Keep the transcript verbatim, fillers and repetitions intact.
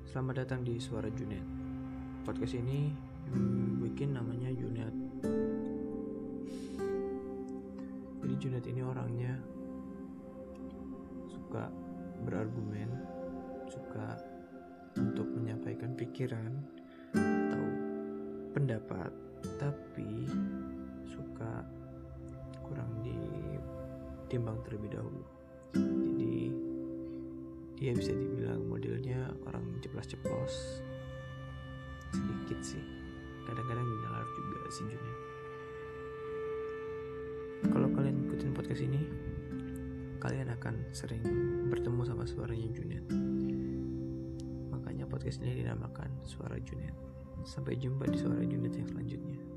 Selamat datang di Suara Junet. Podcast ini hmm, bikin namanya Junet. Jadi Junet ini orangnya suka berargumen, suka untuk menyampaikan pikiran atau pendapat, tapi suka kurang ditimbang terlebih dahulu. Jadi dia bisa dibilang modelnya orang ceplas-ceplos sedikit sih, kadang-kadang nalar juga si Junet. Kalau kalian ikutin podcast ini, kalian akan sering bertemu sama suaranya Junet. Makanya podcast ini dinamakan Suara Junet. Sampai jumpa di Suara Junet yang selanjutnya.